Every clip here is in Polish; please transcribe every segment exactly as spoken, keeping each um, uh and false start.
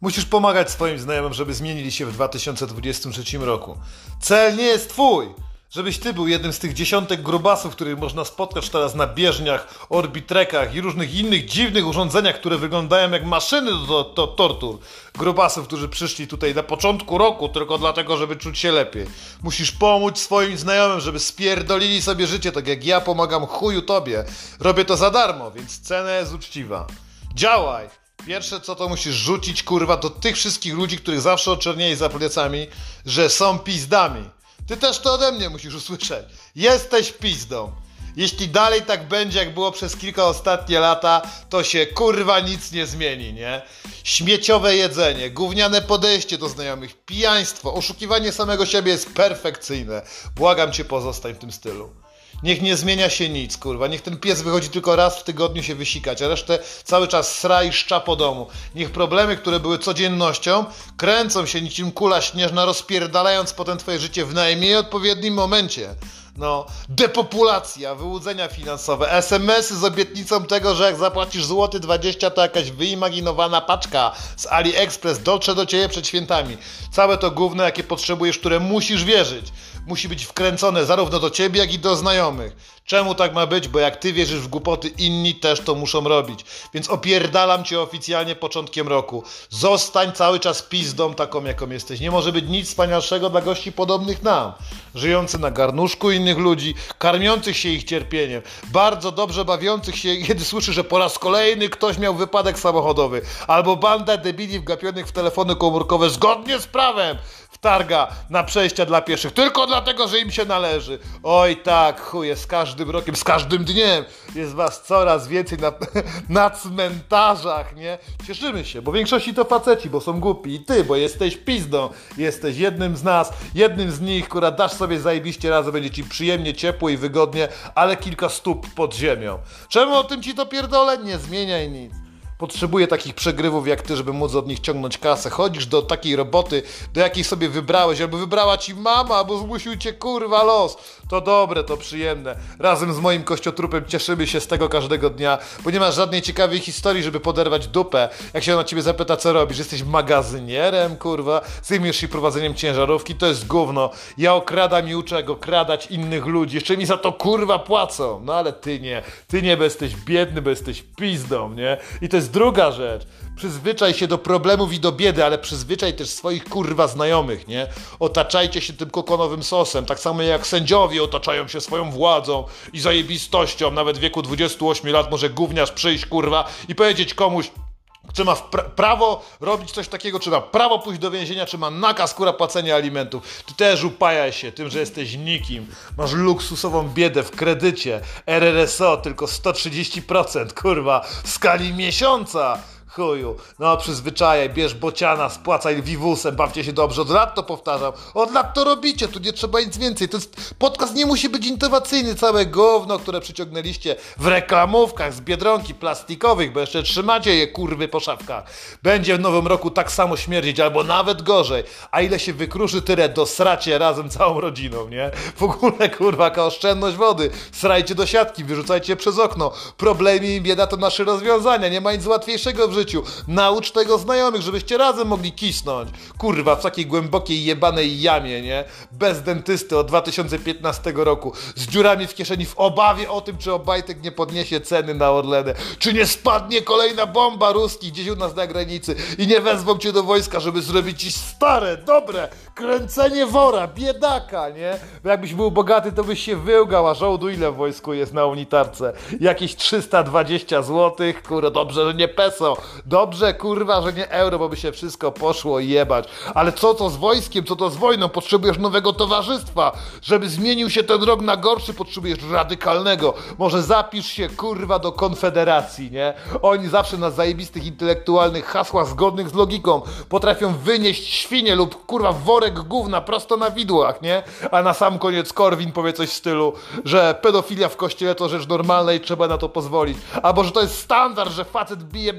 Musisz pomagać swoim znajomym, żeby zmienili się w dwa tysiące dwudziestym trzecim roku. Cel nie jest twój! Żebyś ty był jednym z tych dziesiątek grubasów, których można spotkać teraz na bieżniach, orbitrekach i różnych innych dziwnych urządzeniach, które wyglądają jak maszyny do, do tortur. Grubasów, którzy przyszli tutaj na początku roku tylko dlatego, żeby czuć się lepiej. Musisz pomóc swoim znajomym, żeby spierdolili sobie życie, tak jak ja pomagam chuju tobie. Robię to za darmo, więc cena jest uczciwa. Działaj! Pierwsze co to musisz rzucić, kurwa, do tych wszystkich ludzi, których zawsze oczerniali za plecami, że są pizdami. Ty też to ode mnie musisz usłyszeć. Jesteś pizdą. Jeśli dalej tak będzie, jak było przez kilka ostatnie lata, to się kurwa nic nie zmieni, nie? Śmieciowe jedzenie, gówniane podejście do znajomych, pijaństwo, oszukiwanie samego siebie jest perfekcyjne. Błagam cię, pozostań w tym stylu. Niech nie zmienia się nic, kurwa. Niech ten pies wychodzi tylko raz w tygodniu się wysikać, a resztę cały czas sra i szcza po domu. Niech problemy, które były codziennością, kręcą się niczym kula śnieżna, rozpierdalając potem twoje życie w najmniej odpowiednim momencie. No, depopulacja, wyłudzenia finansowe, es em esy z obietnicą tego, że jak zapłacisz złoty dwadzieścia, to jakaś wyimaginowana paczka z AliExpress dotrze do ciebie przed świętami. Całe to gówno, jakie potrzebujesz, które musisz wierzyć. Musi być wkręcone zarówno do ciebie, jak i do znajomych. Czemu tak ma być? Bo jak ty wierzysz w głupoty, inni też to muszą robić. Więc opierdalam cię oficjalnie początkiem roku. Zostań cały czas pizdą taką, jaką jesteś. Nie może być nic wspanialszego dla gości podobnych nam. Żyjący na garnuszku innych ludzi, karmiących się ich cierpieniem, bardzo dobrze bawiących się, kiedy słyszy, że po raz kolejny ktoś miał wypadek samochodowy, albo banda debili wgapionych w telefony komórkowe zgodnie z prawem wtarga na przejścia dla pieszych, tylko dlatego, że im się należy. Oj tak, chuje, z każdym rokiem, z każdym dniem jest was coraz więcej na, na cmentarzach, nie? Cieszymy się, bo w większości to faceci, bo są głupi, i ty, bo jesteś pizdą, jesteś jednym z nas, jednym z nich, która dasz sobie zajebiście razem, będzie ci przyjemnie, ciepło i wygodnie, ale kilka stóp pod ziemią. Czemu o tym ci to pierdolę? Nie zmieniaj nic. Potrzebuję takich przegrywów jak ty, żeby móc od nich ciągnąć kasę. Chodzisz do takiej roboty, do jakiej sobie wybrałeś, albo wybrała ci mama, albo zmusił cię kurwa los. To dobre, to przyjemne. Razem z moim kościotrupem cieszymy się z tego każdego dnia, bo nie masz żadnej ciekawej historii, żeby poderwać dupę. Jak się ona ciebie zapyta, co robisz, jesteś magazynierem, kurwa, zajmujesz się prowadzeniem ciężarówki, to jest gówno. Ja okradam i uczę, jak okradać innych ludzi. Jeszcze mi za to kurwa płacą. No ale ty nie. Ty nie, bo jesteś biedny, bo jesteś pizdą, nie? I to jest druga rzecz. Przyzwyczaj się do problemów i do biedy, ale przyzwyczaj też swoich kurwa znajomych, nie? Otaczajcie się tym kokonowym sosem, tak samo jak sędziowie otaczają się swoją władzą i zajebistością. Nawet w wieku dwudziestu ośmiu lat może gówniarz przyjść, kurwa, i powiedzieć komuś, czy ma pra- prawo robić coś takiego, czy ma prawo pójść do więzienia, czy ma nakaz, kurwa, płacenia alimentów. Ty też upajaj się tym, że jesteś nikim. Masz luksusową biedę w kredycie. R R S O tylko sto trzydzieści procent, kurwa, w skali miesiąca. Chuju, no przyzwyczajaj, bierz bociana, spłacaj wiwusem, bawcie się dobrze, od lat to powtarzam, od lat to robicie, tu nie trzeba nic więcej, to jest, podcast nie musi być innowacyjny, całe gówno, które przyciągnęliście w reklamówkach z Biedronki plastikowych, bo jeszcze trzymacie je kurwy po szafkach, będzie w nowym roku tak samo śmierdzić, albo nawet gorzej, a ile się wykruszy, tyle dosracie razem całą rodziną, nie? W ogóle kurwa, jaka oszczędność wody, srajcie do siatki, wyrzucajcie przez okno, problemy i bieda to nasze rozwiązania, nie ma nic łatwiejszego w życiu. Naucz tego znajomych, żebyście razem mogli kisnąć. Kurwa, w takiej głębokiej jebanej jamie, nie? Bez dentysty od dwa tysiące piętnastego roku. Z dziurami w kieszeni w obawie o tym, czy Obajtek nie podniesie ceny na Orlenę. Czy nie spadnie kolejna bomba ruskich gdzieś u nas na granicy i nie wezwą cię do wojska, żeby zrobić ci stare, dobre kręcenie wora, biedaka, nie? Bo jakbyś był bogaty, to byś się wyłgał, a żołdu ile w wojsku jest na unitarce? Jakieś trzysta dwadzieścia złotych, kurwa, dobrze, że nie peso. Dobrze, kurwa, że nie euro, bo by się wszystko poszło jebać. Ale co to z wojskiem, co to z wojną? Potrzebujesz nowego towarzystwa. Żeby zmienił się ten rok na gorszy, potrzebujesz radykalnego. Może zapisz się, kurwa, do Konfederacji, nie? Oni zawsze na zajebistych, intelektualnych hasłach zgodnych z logiką potrafią wynieść świnie lub, kurwa, worek gówna prosto na widłach, nie? A na sam koniec Korwin powie coś w stylu, że pedofilia w kościele to rzecz normalna i trzeba na to pozwolić. Albo, że to jest standard, że facet bije babę w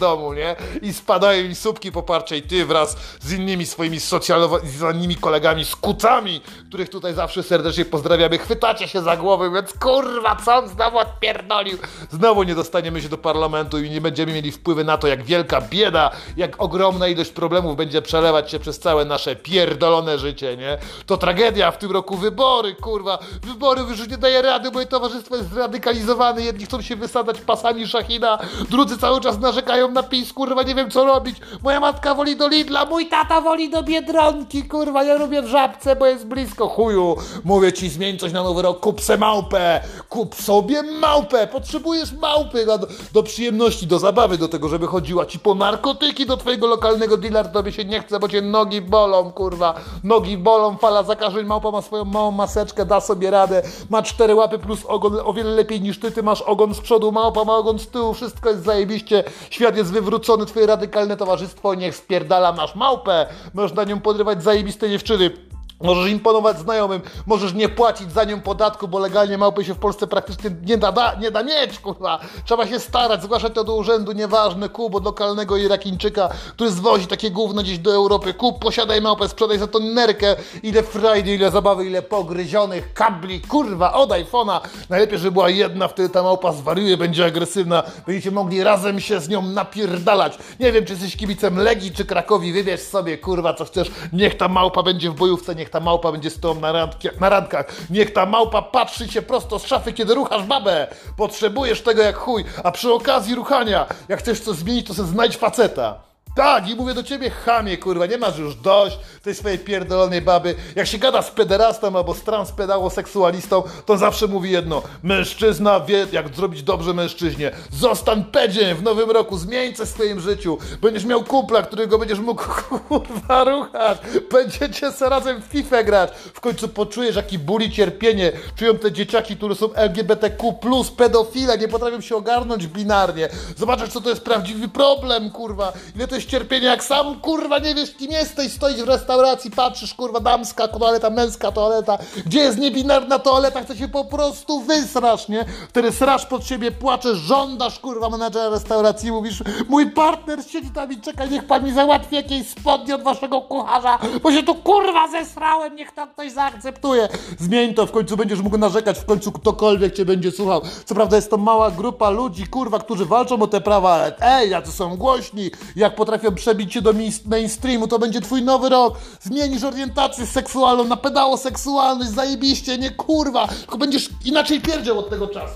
domu, nie? I spadają im słupki poparcia i ty wraz z innymi swoimi socjalnymi kolegami, z kucami, których tutaj zawsze serdecznie pozdrawiamy, chwytacie się za głowę, więc kurwa, co on znowu odpierdolił? Znowu nie dostaniemy się do parlamentu i nie będziemy mieli wpływu na to, jak wielka bieda, jak ogromna ilość problemów będzie przelewać się przez całe nasze pierdolone życie, nie? To tragedia, w tym roku wybory, kurwa, wybory już nie daje rady, moje towarzystwo jest zradykalizowane, jedni chcą się wysadzać pasami Szachina, drudzy cały czas narzekają na PiS, kurwa, nie wiem co robić, moja matka woli do Lidla, mój tata woli do Biedronki, kurwa, ja lubię w Żabce, bo jest blisko, chuju, mówię ci, zmień coś na nowy rok, kup se małpę, kup sobie małpę, potrzebujesz małpy do, do przyjemności, do zabawy, do tego, żeby chodziła ci po narkotyki do twojego lokalnego dealera, tobie się nie chce, bo cię nogi bolą, kurwa, nogi bolą, fala zakażeń, małpa ma swoją małą maseczkę, da sobie radę, ma cztery łapy plus ogon, o wiele lepiej niż ty, ty masz ogon z przodu, małpa ma ogon z tyłu, wszystko jest zajebiście, świat jest wywrócony, twoje radykalne towarzystwo niech spierdala, masz małpę, możesz na nią podrywać zajebiste dziewczyny. Możesz imponować znajomym, możesz nie płacić za nią podatku, bo legalnie małpy się w Polsce praktycznie nie da, da, nie da mieć, kurwa. Trzeba się starać, zgłaszać to do urzędu, nieważne, kup od lokalnego Irakińczyka, który zwozi takie gówno gdzieś do Europy. Kup, posiadaj małpę, sprzedaj za to nerkę, ile frajdy, ile zabawy, ile pogryzionych kabli, kurwa, od iPhone'a. Najlepiej, żeby była jedna, wtedy ta małpa zwariuje, będzie agresywna, będziecie mogli razem się z nią napierdalać. Nie wiem, czy jesteś kibicem Legii czy Krakowi, wybierz sobie, kurwa, co chcesz, niech ta małpa będzie w bojówce, niech ta małpa będzie z tobą na, randki, na randkach. Niech ta małpa patrzy cię prosto z szafy, kiedy ruchasz babę. Potrzebujesz tego jak chuj. A przy okazji ruchania, jak chcesz coś zmienić, to sobie znajdź faceta. Tak, i mówię do ciebie, chamie, kurwa, nie masz już dość tej swojej pierdolonej baby. Jak się gada z pederastą albo z transpedałoseksualistą, to zawsze mówi jedno. Mężczyzna wie, jak zrobić dobrze mężczyźnie. Zostań pedziem w nowym roku, zmień coś w swoim życiu. Będziesz miał kumpla, którego będziesz mógł, kurwa, ruchać. Będziecie se razem w fifę grać. W końcu poczujesz, jaki ból i cierpienie czują te dzieciaki, które są L G B T Q plus, pedofile, nie potrafią się ogarnąć binarnie. Zobaczysz, co to jest prawdziwy problem, kurwa. Ile to jest cierpienie, jak sam, kurwa, nie wiesz, kim jesteś, stoisz w restauracji, patrzysz, kurwa, damska toaleta, męska toaleta, gdzie jest niebinarna toaleta, chce się po prostu wysrasz, nie? Wtedy srasz pod siebie, płaczesz, żądasz, kurwa, menadżera restauracji, mówisz, mój partner siedzi tam i czeka, niech pan mi załatwi jakieś spodnie od waszego kucharza, bo się tu, kurwa, zesrałem, niech to ktoś zaakceptuje. Zmień to, w końcu będziesz mógł narzekać, w końcu ktokolwiek cię będzie słuchał. Co prawda jest to mała grupa ludzi, kurwa, którzy walczą o te prawa, ale ej, jacy są głośni, jak potrafią przebić się do mainstreamu, to będzie twój nowy rok. Zmienisz orientację seksualną na pedałoseksualność, zajebiście, nie kurwa, tylko będziesz inaczej pierdział od tego czasu.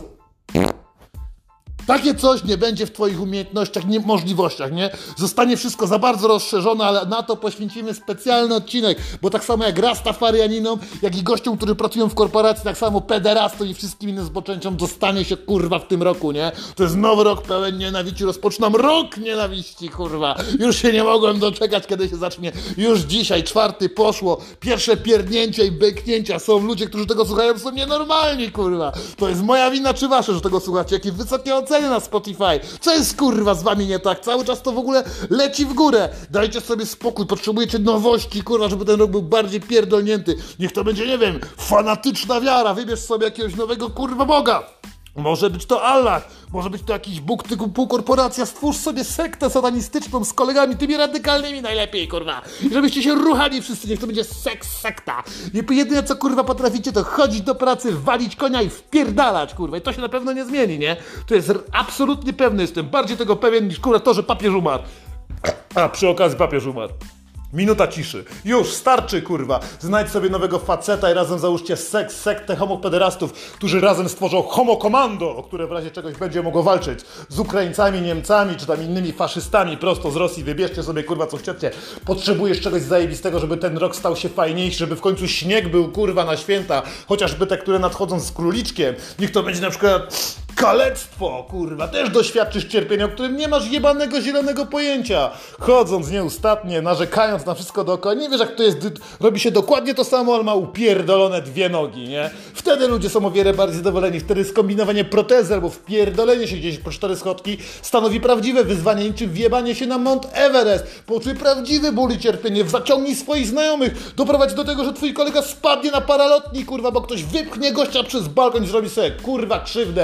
Takie coś nie będzie w twoich umiejętnościach, nie, możliwościach, nie? Zostanie wszystko za bardzo rozszerzone, ale na to poświęcimy specjalny odcinek, bo tak samo jak Rastafarianinom, jak i gościom, którzy pracują w korporacji, tak samo pederastom i wszystkim innym zboczeńcom dostanie się, kurwa, w tym roku, nie? To jest nowy rok pełen nienawiści, rozpoczynam rok nienawiści, kurwa. Już się nie mogłem doczekać, kiedy się zacznie. Już dzisiaj, czwarty poszło, pierwsze pierdnięcia i beknięcia. Są ludzie, którzy tego słuchają, są nienormalni, kurwa. To jest moja wina czy wasze, że tego słuchacie? Jakie wysokie oceny na Spotify. Co jest, kurwa, z wami nie tak? Cały czas to w ogóle leci w górę. Dajcie sobie spokój, potrzebujecie nowości, kurwa, żeby ten rok był bardziej pierdolnięty. Niech to będzie, nie wiem, fanatyczna wiara. Wybierz sobie jakiegoś nowego, kurwa, Boga. Może być to Allah, może być to jakiś Bóg typu półkorporacja, stwórz sobie sektę satanistyczną z kolegami, tymi radykalnymi najlepiej, kurwa. I żebyście się ruchali wszyscy, niech to będzie seks, sekta. I jedyne co, kurwa, potraficie, to chodzić do pracy, walić konia i wpierdalać, kurwa. I to się na pewno nie zmieni, nie? To jest absolutnie pewne, jestem bardziej tego pewien niż, kurwa, to, że papież umarł. A, przy okazji papież umarł. Minuta ciszy. Już, starczy, kurwa. Znajdź sobie nowego faceta i razem załóżcie seks, sektę homopederastów, którzy razem stworzą homo komando, o które w razie czegoś będzie mogło walczyć z Ukraińcami, Niemcami, czy tam innymi faszystami prosto z Rosji. Wybierzcie sobie, kurwa, co chcecie. Potrzebujesz czegoś zajebistego, żeby ten rok stał się fajniejszy, żeby w końcu śnieg był, kurwa, na święta. Chociażby te, które nadchodzą z króliczkiem. Niech to będzie na przykład kalectwo, kurwa. Też doświadczysz cierpienia, o którym nie masz jebanego zielonego pojęcia. Chodząc nieustatnie, narzekając na wszystko dookoła, nie wiesz, jak to jest, robi się dokładnie to samo, ale ma upierdolone dwie nogi, nie? Wtedy ludzie są o wiele bardziej zadowoleni, wtedy skombinowanie protezy albo wpierdolenie się gdzieś po cztery schodki stanowi prawdziwe wyzwanie, niczym wjebanie się na Mount Everest. Poczuj prawdziwy ból i cierpienie, zaciągnij swoich znajomych, doprowadź do tego, że twój kolega spadnie na paralotni, kurwa, bo ktoś wypchnie gościa przez balkon i zrobi sobie, kurwa, krzywdę, nie?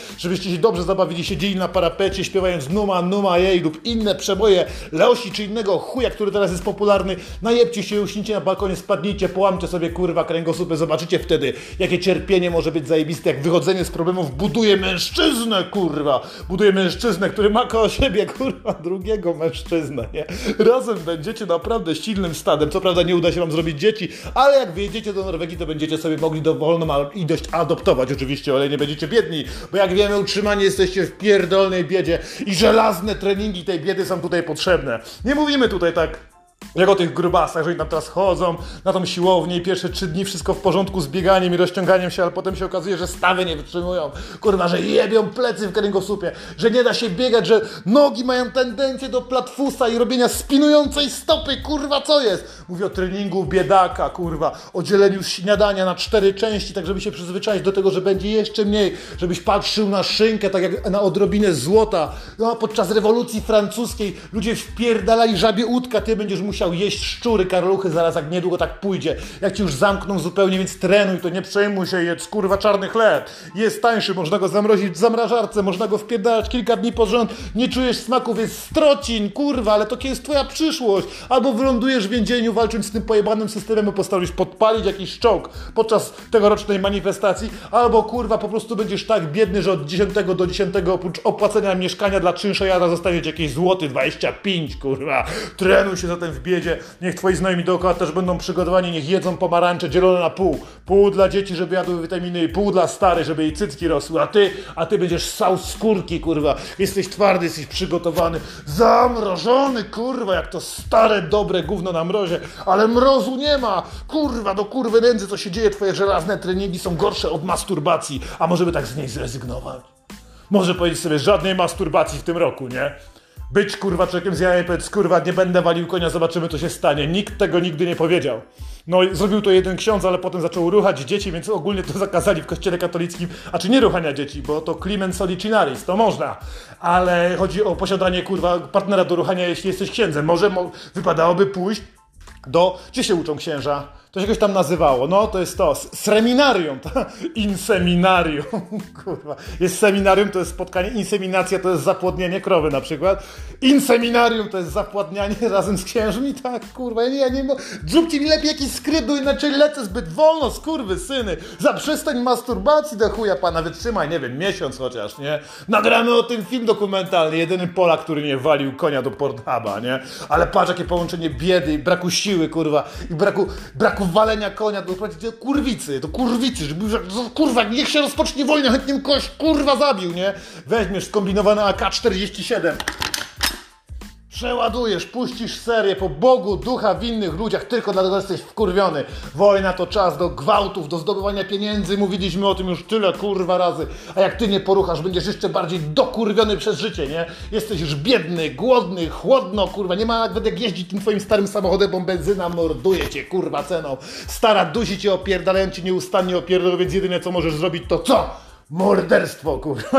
żebyście się dobrze zabawili, siedzieli na parapecie, śpiewając Numa, Numa, jej lub inne przeboje Leosi czy innego chuja, który teraz jest popularny. Najebcie się, uśnijcie na balkonie, spadnijcie, połamcie sobie kurwa kręgosłupy, zobaczycie wtedy, jakie cierpienie może być zajebiste, jak wychodzenie z problemów buduje mężczyznę, kurwa. Buduje mężczyznę, który ma koło siebie, kurwa, drugiego mężczyznę, nie? Razem będziecie naprawdę silnym stadem. Co prawda nie uda się wam zrobić dzieci, ale jak wyjedziecie do Norwegii, to będziecie sobie mogli dowolną ilość adoptować oczywiście, ale nie będziecie biedni, bo jak wiemy, utrzymani jesteście w pierdolnej biedzie i żelazne treningi tej biedy są tutaj potrzebne. Nie mówimy tutaj tak jak o tych grubasach, że oni tam teraz chodzą na tą siłownię i pierwsze trzy dni wszystko w porządku z bieganiem i rozciąganiem się, ale potem się okazuje, że stawy nie wytrzymują. Kurwa, że jebią plecy w kręgosłupie, że nie da się biegać, że nogi mają tendencję do platfusa i robienia spinującej stopy. Kurwa, co jest? Mówię o treningu biedaka, kurwa, o dzieleniu śniadania na cztery części, tak żeby się przyzwyczaić do tego, że będzie jeszcze mniej, żebyś patrzył na szynkę, tak jak na odrobinę złota. No, podczas rewolucji francuskiej ludzie wpierdalali żabie łódka, ty będziesz musiał jeść szczury, karluchy, zaraz jak niedługo tak pójdzie. Jak ci już zamkną zupełnie, więc trenuj, to nie przejmuj się, jedz kurwa czarny chleb. Jest tańszy, można go zamrozić w zamrażarce, można go wpierdalać kilka dni pod rząd, nie czujesz smaków, jest strocin, kurwa, ale to jest twoja przyszłość. Albo wylądujesz w więzieniu walcząc z tym pojebanym systemem, postanowisz podpalić jakiś czołg podczas tegorocznej manifestacji, albo kurwa po prostu będziesz tak biedny, że od dziesiątego do dziesiątego oprócz opłacenia mieszkania dla czynszojada zostaniecie jakieś złoty dwadzieścia pięć, kurwa. Trenuj się zatem w biedzie, niech twoi znajomi dookoła też będą przygotowani, niech jedzą pomarańcze dzielone na pół. Pół dla dzieci, żeby jadły witaminy i pół dla starych, żeby jej cycki rosły, a ty, a ty będziesz ssał skórki, kurwa. Jesteś twardy, jesteś przygotowany, zamrożony, kurwa, jak to stare, dobre gówno na mrozie, ale mrozu nie ma, kurwa, do kurwy nędzy, co się dzieje, twoje żelazne treningi są gorsze od masturbacji, a może by tak z niej zrezygnować? Może powiedzieć sobie, żadnej masturbacji w tym roku, nie? Być kurwa człowiekiem z jajem, powiedz kurwa nie będę walił konia, zobaczymy co się stanie. Nikt tego nigdy nie powiedział. No i zrobił to jeden ksiądz, ale potem zaczął ruchać dzieci, więc ogólnie to zakazali w kościele katolickim. A czy nie ruchania dzieci, bo to climen solicinaris, to można. Ale chodzi o posiadanie kurwa partnera do ruchania, jeśli jesteś księdzem. Może mo- wypadałoby pójść do... Gdzie się uczą księża? To się jakoś tam nazywało, no to jest to, seminarium, inseminarium, kurwa, jest seminarium, to jest spotkanie, inseminacja to jest zapłodnienie krowy na przykład, inseminarium to jest zapładnianie razem z księżmi, tak, kurwa, ja nie, ja nie, zróbcie mi lepiej jakiś skrypt, bo inaczej lecę zbyt wolno, skurwy syny, zaprzestań masturbacji do chuja pana, wytrzymaj, nie wiem, miesiąc chociaż, nie, nagramy o tym film dokumentalny, jedyny Polak, który nie walił konia do Pornhuba, nie, ale patrz jakie połączenie biedy i braku siły, kurwa, i braku, braku walenia konia, do kurwicy, do kurwicy, żeby, że, kurwa, niech się rozpocznie wojna, chętnie bym kogoś, kurwa, zabił, nie? Weźmiesz skombinowane A K czterdzieści siedem, przeładujesz, puścisz serię po Bogu, ducha w innych ludziach, tylko dlatego, że jesteś wkurwiony. Wojna to czas do gwałtów, do zdobywania pieniędzy, mówiliśmy o tym już tyle, kurwa, razy. A jak ty nie poruchasz, będziesz jeszcze bardziej dokurwiony przez życie, nie? Jesteś już biedny, głodny, chłodno, kurwa, nie ma nawet jak jeździć tym twoim starym samochodem, bo benzyna morduje cię, kurwa, ceną. Stara dusi cię, opierdalają cię nieustannie opierdolą, więc jedyne co możesz zrobić to co? Morderstwo, kurwa.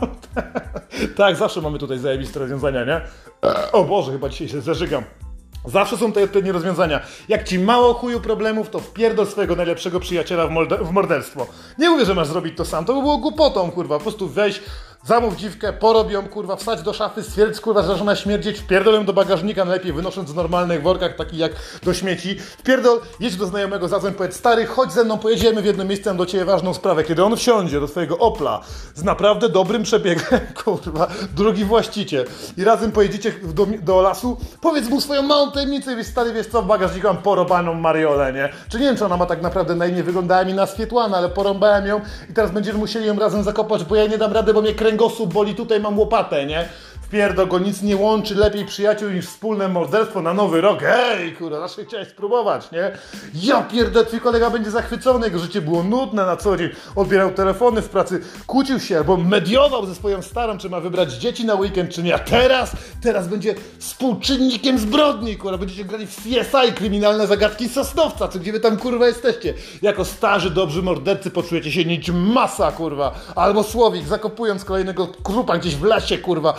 Tak, zawsze mamy tutaj zajebiste rozwiązania, nie? O Boże, chyba dzisiaj się zażygam. Zawsze są te, te nierozwiązania. Jak ci mało chuju problemów, to wpierdol swojego najlepszego przyjaciela w, molde- w morderstwo. Nie mówię, że masz zrobić to sam, to by było głupotą, kurwa. Po prostu weź, zamów dziwkę, porob ją, kurwa, wsadź do szafy, stwierdź, kurwa, że zaczyna śmierdzieć, wpierdol ją do bagażnika, najlepiej wynosząc w normalnych workach, takich jak do śmieci. Wpierdol, jedź do znajomego, zadzwoń, powiedz, stary, chodź ze mną, pojedziemy w jedno miejsce, mam do ciebie ważną sprawę. Kiedy on wsiądzie do twojego Opla z naprawdę dobrym przebiegiem, kurwa, drugi właściciel, i razem pojedziecie do, do lasu, powiedz mu swoją małą tajemnicę i wiesz, stary, wiesz co, w bagażniku mam porobaną Mariolę, nie? Czy nie wiem, czy ona ma tak naprawdę na imię, wyglądała mi na Swietłanę, ale porąbałem ją i teraz będziemy musieli ją razem zakopać, bo ja nie dam rady, bo mnie kręgosłup boli, tutaj mam łopatę, nie? Wpierdol go, nic nie łączy lepiej przyjaciół niż wspólne morderstwo na nowy rok. Hej, kurwa, zawsze chciałeś spróbować, nie? Ja pierdolę, twój kolega będzie zachwycony, jego życie było nudne na co dzień. Odbierał telefony w pracy, kłócił się albo mediował ze swoją starą, czy ma wybrać dzieci na weekend, czy nie. A teraz, teraz będzie współczynnikiem zbrodni, kurwa. Będziecie grali w C S I, kryminalne zagadki Sosnowca, czy gdzie wy tam, kurwa, jesteście. Jako starzy, dobrzy mordercy poczujecie się niczym masa, kurwa. Albo Słowik, zakopując kolejnego trupa gdzieś w lesie, kurwa. Albo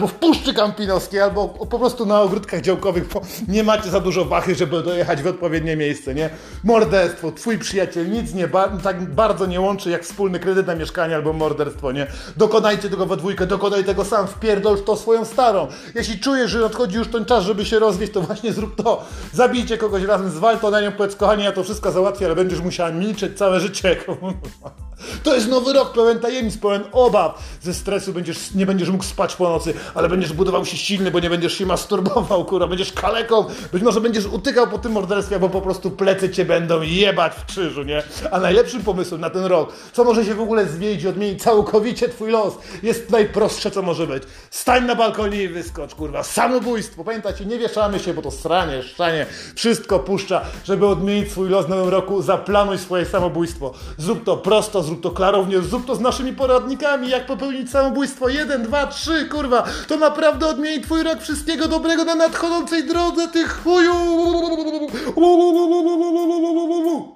albo w Puszczy Kampinoskiej, albo po prostu na ogródkach działkowych, bo nie macie za dużo wachy, żeby dojechać w odpowiednie miejsce, nie? Morderstwo, twój przyjaciel nic nie ba tak bardzo nie łączy jak wspólny kredyt na mieszkanie albo morderstwo, nie? Dokonajcie tego we dwójkę, dokonaj tego sam, wpierdol w to swoją starą. Jeśli czujesz, że nadchodzi już ten czas, żeby się rozwieść, to właśnie zrób to. Zabijcie kogoś razem, zwal to na nią, powiedz, kochanie, ja to wszystko załatwię, ale będziesz musiała milczeć całe życie. To jest nowy rok pełen tajemnic, pełen obaw. Ze stresu będziesz, nie będziesz mógł spać po nocy, ale będziesz budował się silny, bo nie będziesz się masturbował, kurwa, będziesz kaleką, być może będziesz utykał po tym morderstwie, bo po prostu plecy cię będą jebać w krzyżu, nie? A najlepszym pomysłem na ten rok, co może się w ogóle zmienić i odmienić całkowicie twój los, jest najprostsze, co może być. Stań na balkonie i wyskocz, kurwa, samobójstwo. Pamiętajcie, nie wieszamy się, bo to sranie, szczanie, wszystko puszcza, żeby odmienić swój los w nowym roku, zaplanuj swoje samobójstwo. Zrób to prosto, zrób to klarownie, zrób to z naszymi poradnikami, jak popełnić samobójstwo. Jeden, dwa, trzy, kurwa, to naprawdę odmieni twój rok. Wszystkiego dobrego na nadchodzącej drodze, tych chuju!